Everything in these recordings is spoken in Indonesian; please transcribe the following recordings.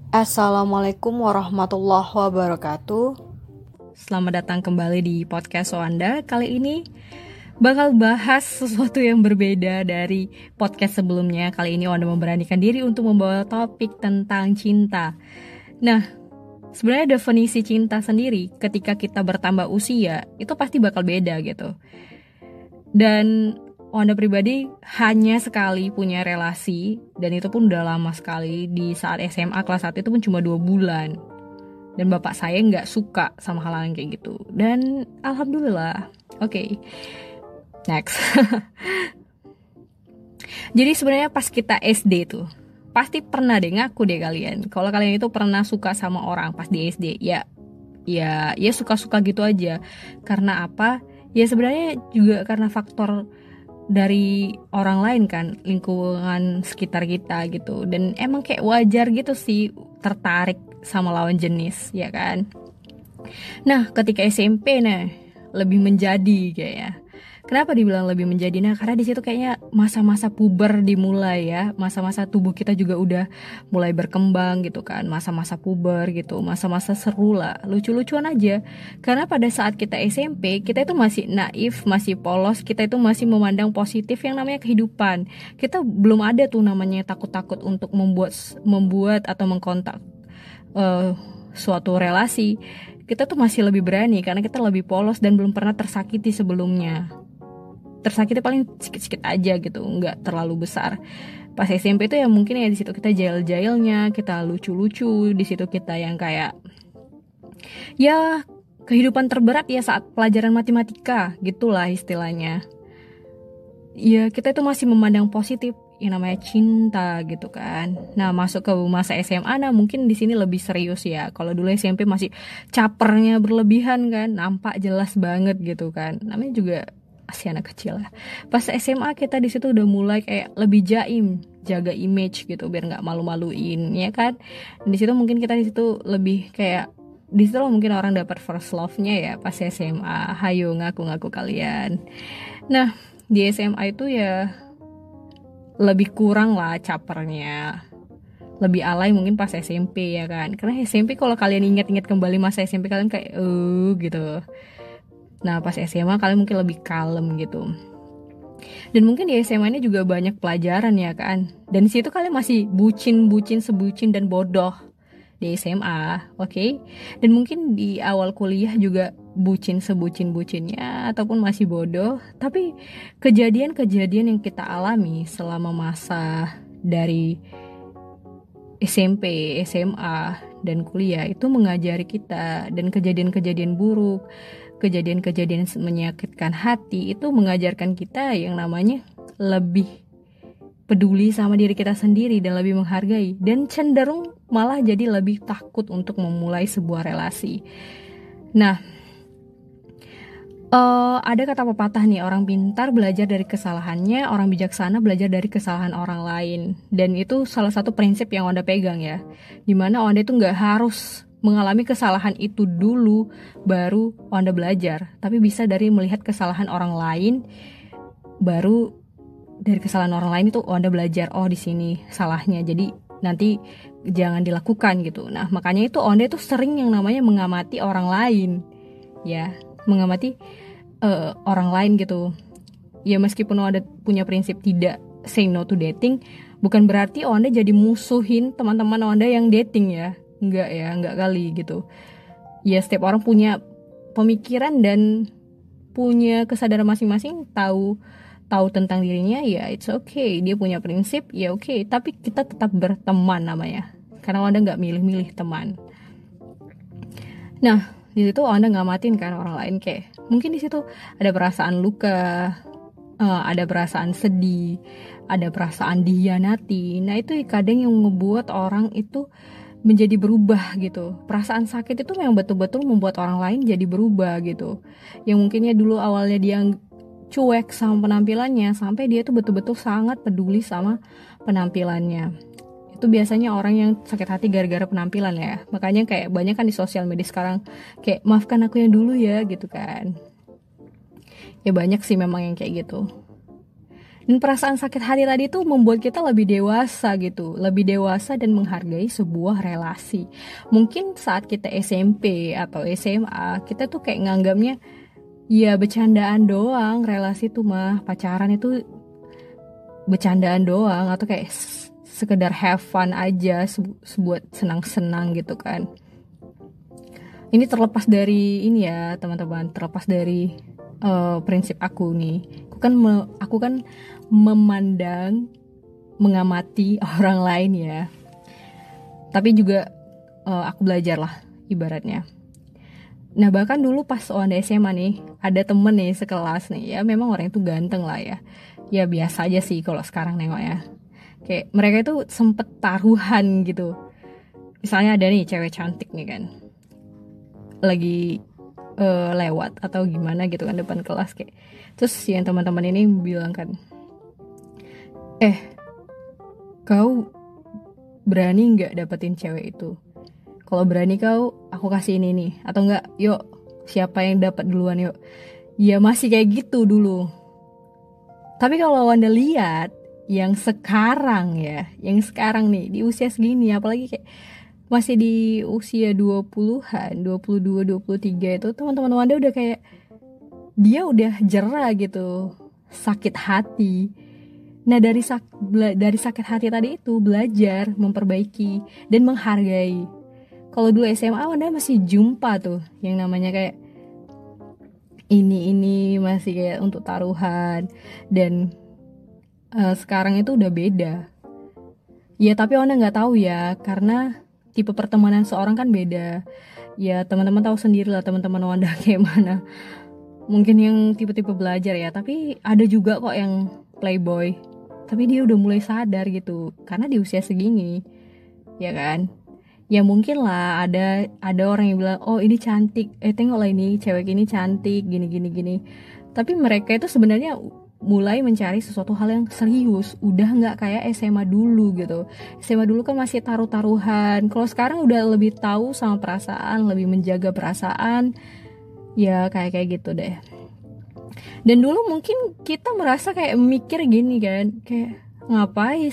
Assalamualaikum warahmatullahi wabarakatuh. Selamat datang kembali di podcast Oanda. Kali ini bakal bahas sesuatu yang berbeda dari podcast sebelumnya. Kali ini Oanda memberanikan diri untuk membawa topik tentang cinta. Nah, sebenarnya definisi cinta sendiri ketika kita bertambah usia itu pasti bakal beda gitu. Dan Oanda pribadi hanya sekali punya relasi, dan itu pun udah lama sekali. Di saat SMA kelas 1 itu pun cuma 2 bulan. Dan bapak saya nggak suka sama hal yang kayak gitu. Dan alhamdulillah. Oke. Next. Jadi sebenarnya pas kita SD tuh, pasti pernah deh, ngaku deh kalian, kalau kalian itu pernah suka sama orang pas di SD. Ya suka-suka gitu aja. Karena apa? Ya sebenarnya juga karena faktor dari orang lain kan, lingkungan sekitar kita gitu. Dan emang kayak wajar gitu sih tertarik sama lawan jenis, ya kan. Nah, ketika SMP lebih menjadi kayaknya. Kenapa dibilang lebih menjadi? Nah, karena di situ kayaknya masa-masa puber dimulai ya. Masa-masa tubuh kita juga udah mulai berkembang gitu kan. Masa-masa puber gitu, masa-masa seru lah, lucu-lucuan aja. Karena pada saat kita SMP, kita itu masih naif, masih polos, kita itu masih memandang positif yang namanya kehidupan. Kita belum ada tuh namanya takut-takut untuk membuat atau mengkontak suatu relasi. Kita tuh masih lebih berani karena kita lebih polos dan belum pernah tersakiti sebelumnya. Tersakiti paling sedikit-sedikit aja gitu, nggak terlalu besar. Pas SMP itu ya mungkin ya di situ kita jail-jailnya, kita lucu-lucu, di situ kita yang kayak ya kehidupan terberat ya saat pelajaran matematika gitulah istilahnya. Ya kita itu masih memandang positif yang namanya cinta gitu kan. Nah, masuk ke masa SMA, mungkin di sini lebih serius ya. Kalau dulu SMP masih capernya berlebihan kan, nampak jelas banget gitu kan. Namanya juga masih anak kecil lah. Pas SMA kita di situ udah mulai kayak lebih jaim, jaga image gitu biar nggak malu-maluin, ya kan. Dan di situ mungkin kita di situ lebih kayak di situ loh mungkin orang dapat first love-nya ya pas SMA. Hayo ngaku-ngaku kalian. Nah, di SMA itu ya lebih kurang lah capernya, lebih alay mungkin pas SMP ya kan. Karena SMP kalau kalian ingat-ingat kembali masa SMP kalian kayak gitu. Nah pas SMA kalian mungkin lebih kalem gitu. Dan mungkin di SMA ini juga banyak pelajaran ya kan. Dan di situ kalian masih bucin sebucin dan bodoh di SMA, oke? Dan mungkin di awal kuliah juga bucin sebucin-bucinnya ataupun masih bodoh. Tapi kejadian-kejadian yang kita alami selama masa dari SMP, SMA, dan kuliah itu mengajari kita. Dan kejadian-kejadian buruk, kejadian-kejadian menyakitkan hati itu mengajarkan kita yang namanya lebih peduli sama diri kita sendiri dan lebih menghargai, dan cenderung malah jadi lebih takut untuk memulai sebuah relasi. Nah, ada kata pepatah nih, orang pintar belajar dari kesalahannya, orang bijaksana belajar dari kesalahan orang lain. Dan itu salah satu prinsip yang Onda pegang ya, dimana Onda itu gak harus mengalami kesalahan itu dulu baru Onda belajar, tapi bisa dari melihat kesalahan orang lain, baru dari kesalahan orang lain itu Onda belajar, oh di sini salahnya, jadi nanti jangan dilakukan gitu. Nah makanya itu Onda itu sering yang namanya mengamati orang lain ya, mengamati orang lain gitu ya. Meskipun Onda punya prinsip tidak say no to dating, bukan berarti Onda jadi musuhin teman-teman Onda yang dating ya, enggak kali gitu ya. Setiap orang punya pemikiran dan punya kesadaran masing-masing, tahu tentang dirinya ya, it's okay. Dia punya prinsip ya, okay. Tapi kita tetap berteman namanya, karena Onda nggak milih-milih teman. Nah di situ Onda ngamatin kan orang lain, kayak mungkin di situ ada perasaan luka, ada perasaan sedih, ada perasaan dihianati. Nah itu kadang yang ngebuat orang itu menjadi berubah gitu. Perasaan sakit itu memang betul-betul membuat orang lain jadi berubah gitu. Yang mungkinnya dulu awalnya dia cuek sama penampilannya, sampai dia tuh betul-betul sangat peduli sama penampilannya. Itu biasanya orang yang sakit hati gara-gara penampilan ya. Makanya kayak banyak kan di sosial media sekarang kayak maafkan aku yang dulu ya gitu kan. Ya banyak sih memang yang kayak gitu. Dan perasaan sakit hati tadi tuh membuat kita lebih dewasa gitu, lebih dewasa dan menghargai sebuah relasi. Mungkin saat kita SMP atau SMA, kita tuh kayak nganggapnya ya bercandaan doang, relasi tuh mah, pacaran itu bercandaan doang, atau kayak sekedar have fun aja, sebuat senang-senang gitu kan. Ini terlepas dari ini ya teman-teman, terlepas dari prinsip aku nih. Aku kan memandang, mengamati orang lain ya. Tapi juga aku belajar lah ibaratnya. Nah bahkan dulu pas Wanda SMA nih, ada temen nih sekelas nih, ya memang orang itu ganteng lah ya. Ya biasa aja sih kalau sekarang nengoknya. Kayak mereka itu sempet taruhan gitu. Misalnya ada nih cewek cantik nih kan, lagi lewat atau gimana gitu kan depan kelas kayak. Terus yang teman-teman ini bilang kan, kau berani nggak dapetin cewek itu? Kalau berani kau, aku kasih ini nih. Atau enggak, yuk siapa yang dapat duluan yuk. Ya masih kayak gitu dulu. Tapi kalau Wanda lihat yang sekarang ya, yang sekarang nih di usia segini, apalagi kayak masih di usia 20-an, 22, 23 itu, teman-teman Wanda udah kayak dia udah jera gitu, sakit hati. Nah dari sakit hati tadi itu belajar memperbaiki dan menghargai. Kalau dulu SMA Wanda masih jumpa tuh yang namanya kayak ini masih kayak untuk taruhan, dan sekarang itu udah beda. Ya tapi Wanda nggak tahu ya, karena tipe pertemanan seorang kan beda. Ya teman-teman tahu sendiri lah teman-teman Wanda kayak mana. Mungkin yang tipe-tipe belajar ya, tapi ada juga kok yang playboy. Tapi dia udah mulai sadar gitu, karena di usia segini, ya kan? Ya mungkin lah ada orang yang bilang, oh ini cantik, tengoklah ini cewek ini cantik, gini. Tapi mereka itu sebenarnya mulai mencari sesuatu hal yang serius, udah nggak kayak SMA dulu gitu. SMA dulu kan masih taruh-taruhan, kalau sekarang udah lebih tahu sama perasaan, lebih menjaga perasaan, ya kayak gitu deh. Dan dulu mungkin kita merasa kayak mikir gini kan, kayak ngapain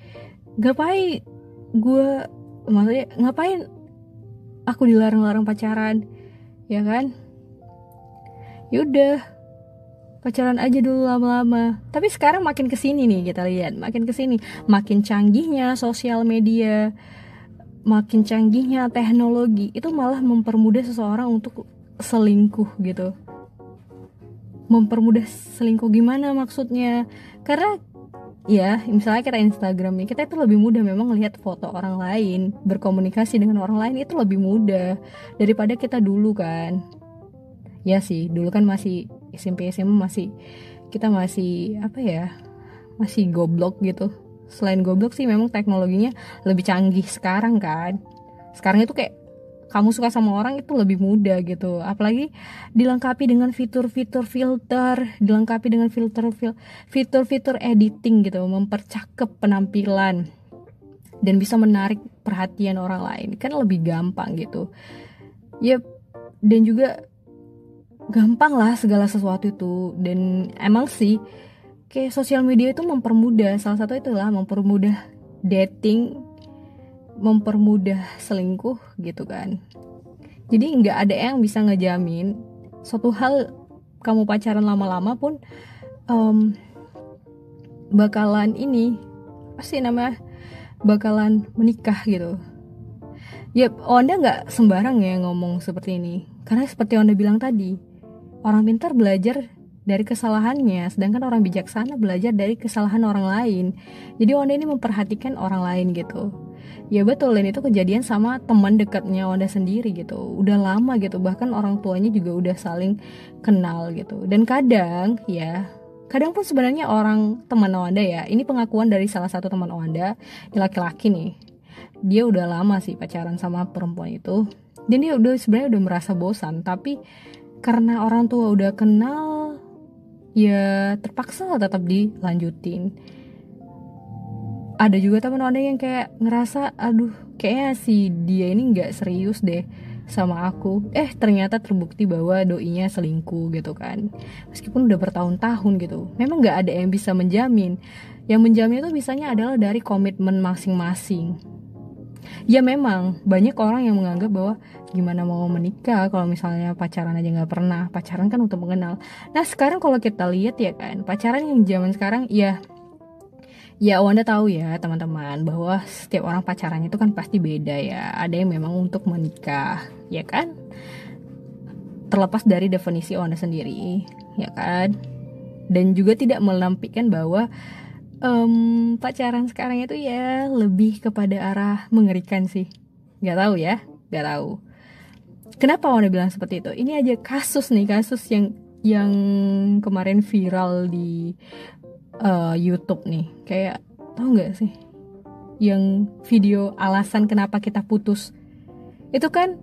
aku dilarang-larang pacaran, ya kan? Yaudah, pacaran aja dulu lama-lama. Tapi sekarang makin kesini nih kita lihat, makin canggihnya sosial media, makin canggihnya teknologi, itu malah mempermudah seseorang untuk selingkuh gitu. Mempermudah selingkuh gimana maksudnya? Karena ya misalnya kita Instagram nih, kita itu lebih mudah memang lihat foto orang lain, berkomunikasi dengan orang lain itu lebih mudah daripada kita dulu kan. Ya sih, dulu kan masih SMP SMA kita masih masih goblok gitu. Selain goblok sih memang teknologinya lebih canggih sekarang kan. Sekarang itu kayak kamu suka sama orang itu lebih mudah gitu, apalagi dilengkapi dengan fitur-fitur filter, dilengkapi dengan fitur-fitur editing gitu, mempercakap penampilan dan bisa menarik perhatian orang lain, kan lebih gampang gitu. Ya, dan juga gampang lah segala sesuatu itu. Dan emang sih kayak sosial media itu mempermudah, salah satu itulah mempermudah dating, mempermudah selingkuh gitu kan. Jadi nggak ada yang bisa ngejamin suatu hal kamu pacaran lama-lama pun bakalan bakalan menikah gitu. Ya Onda nggak sembarang ya ngomong seperti ini, karena seperti Onda bilang tadi, orang pintar belajar dari kesalahannya, sedangkan orang bijaksana belajar dari kesalahan orang lain. Jadi Onda ini memperhatikan orang lain gitu. Ya betul, dan itu kejadian sama teman dekatnya Wanda sendiri gitu. Udah lama gitu, bahkan orang tuanya juga udah saling kenal gitu. Dan kadang pun sebenarnya orang teman Wanda ya, ini pengakuan dari salah satu teman Wanda, laki-laki nih. Dia udah lama sih pacaran sama perempuan itu. Dan dia sebenarnya udah merasa bosan, tapi karena orang tua udah kenal, ya terpaksa tetap dilanjutin. Ada juga teman Wanda yang kayak ngerasa, aduh kayaknya si dia ini gak serius deh, sama aku. Ternyata terbukti bahwa doinya selingkuh gitu kan. Meskipun udah bertahun-tahun gitu. Memang gak ada yang bisa menjamin. Yang menjamin itu bisanya adalah dari komitmen masing-masing. Ya memang banyak orang yang menganggap bahwa gimana mau menikah kalau misalnya pacaran aja nggak pernah. Pacaran kan untuk mengenal. Nah sekarang kalau kita lihat ya kan, pacaran yang zaman sekarang ya Wanda tahu ya teman-teman bahwa setiap orang pacarannya itu kan pasti beda ya. Ada yang memang untuk menikah, ya kan? Terlepas dari definisi Wanda sendiri, ya kan? Dan juga tidak menampilkan bahwa pacaran sekarang itu ya lebih kepada arah mengerikan sih. Gak tahu ya, gak tahu. Kenapa Wanda bilang seperti itu? Ini aja kasus yang kemarin viral di YouTube nih. Kayak tahu nggak sih? Yang video alasan kenapa kita putus. Itu kan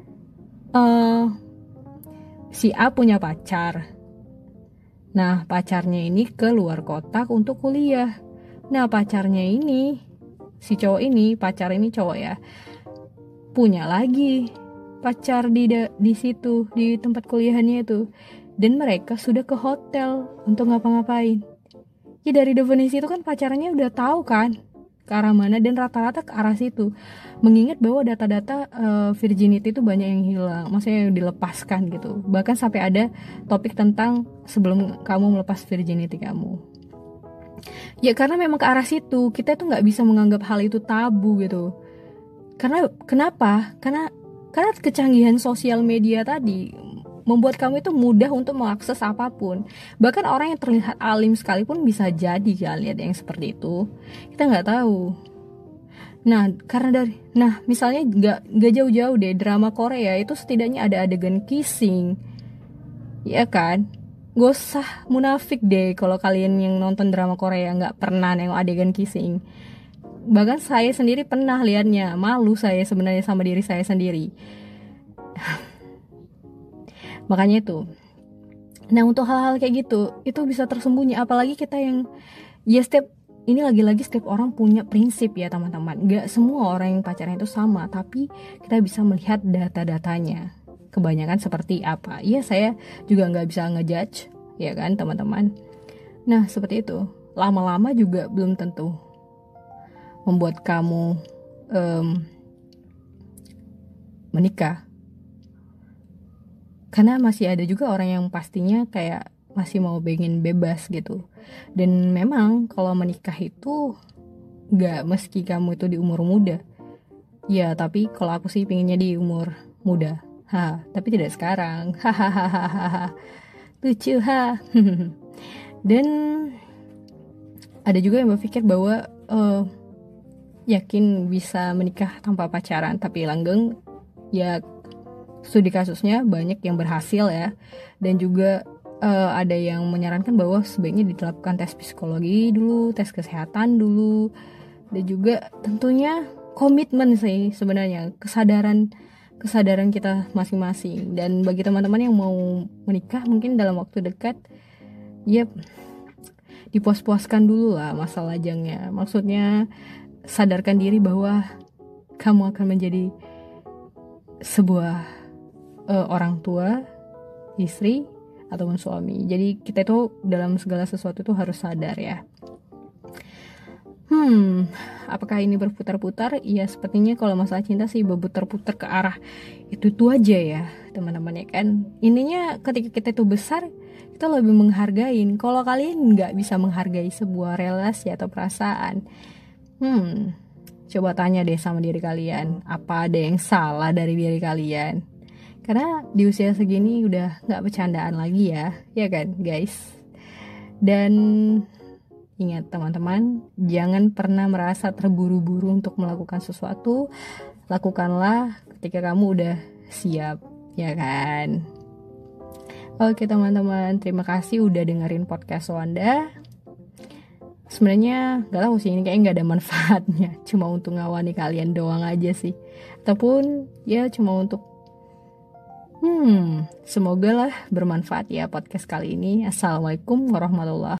si A punya pacar. Nah, pacarnya ini ke luar kota untuk kuliah. Nah, pacarnya ini, si cowok ini, pacar ini cowok ya, punya lagi pacar di situ, di tempat kuliahannya itu. Dan mereka sudah ke hotel untuk ngapa-ngapain. Ya dari definisi itu kan pacarnya udah tahu kan ke arah mana dan rata-rata ke arah situ. Mengingat bahwa data-data virginity itu banyak yang hilang, maksudnya yang dilepaskan gitu. Bahkan sampai ada topik tentang sebelum kamu melepas virginity kamu. Ya karena memang ke arah situ, kita tuh nggak bisa menganggap hal itu tabu gitu. Kenapa? Karena kecanggihan sosial media tadi membuat kamu itu mudah untuk mengakses apapun. Bahkan orang yang terlihat alim sekalipun bisa jadi lihat yang seperti itu. Kita nggak tahu. Nah, misalnya nggak jauh-jauh deh, drama Korea itu setidaknya ada adegan kissing, ya kan? Gak usah munafik deh kalau kalian yang nonton drama Korea nggak pernah nengok adegan kissing. Bahkan saya sendiri pernah liatnya, malu saya sebenarnya sama diri saya sendiri. Makanya itu. Nah untuk hal-hal kayak gitu itu bisa tersembunyi, apalagi kita yang ya ini lagi-lagi setiap orang punya prinsip ya teman-teman. Gak semua orang yang pacaran itu sama, tapi kita bisa melihat data-datanya. Kebanyakan seperti apa? Iya saya juga gak bisa ngejudge, ya kan teman-teman. Nah seperti itu. Lama-lama juga belum tentu membuat kamu menikah. Karena masih ada juga orang yang pastinya kayak masih mau pengen bebas gitu. Dan memang kalau menikah itu gak meski kamu itu di umur muda. Ya tapi kalau aku sih pengennya di umur muda. Tapi tidak sekarang. Hahaha. Lucu ha. Dan ada juga yang berpikir bahwa yakin bisa menikah tanpa pacaran, tapi langgeng. Ya studi kasusnya banyak yang berhasil ya. Dan juga ada yang menyarankan bahwa sebaiknya dilakukan tes psikologi dulu, tes kesehatan dulu. Dan juga tentunya komitmen sih sebenarnya, kesadaran kita masing-masing. Dan bagi teman-teman yang mau menikah mungkin dalam waktu dekat, dipuas-puaskan dulu lah masa lajangnya. Maksudnya sadarkan diri bahwa kamu akan menjadi sebuah orang tua, istri, ataupun suami. Jadi kita itu dalam segala sesuatu itu harus sadar ya. Apakah ini berputar-putar? Ya sepertinya kalau masalah cinta sih berputar-putar ke arah itu aja ya teman-teman ya kan. Ininya ketika kita itu besar, kita lebih menghargain. Kalau kalian nggak bisa menghargai sebuah relasi atau perasaan, coba tanya deh sama diri kalian, apa ada yang salah dari diri kalian? Karena di usia segini udah nggak bercandaan lagi ya kan guys. Dan ingat teman-teman, jangan pernah merasa terburu-buru untuk melakukan sesuatu. Lakukanlah ketika kamu udah siap, ya kan? Oke teman-teman, terima kasih udah dengerin podcast Wanda. Sebenarnya gak tahu sih, ini kayaknya gak ada manfaatnya. Cuma untuk ngawani kalian doang aja sih. Ataupun ya cuma untuk semoga lah bermanfaat ya podcast kali ini. Assalamualaikum warahmatullahi wabarakatuh.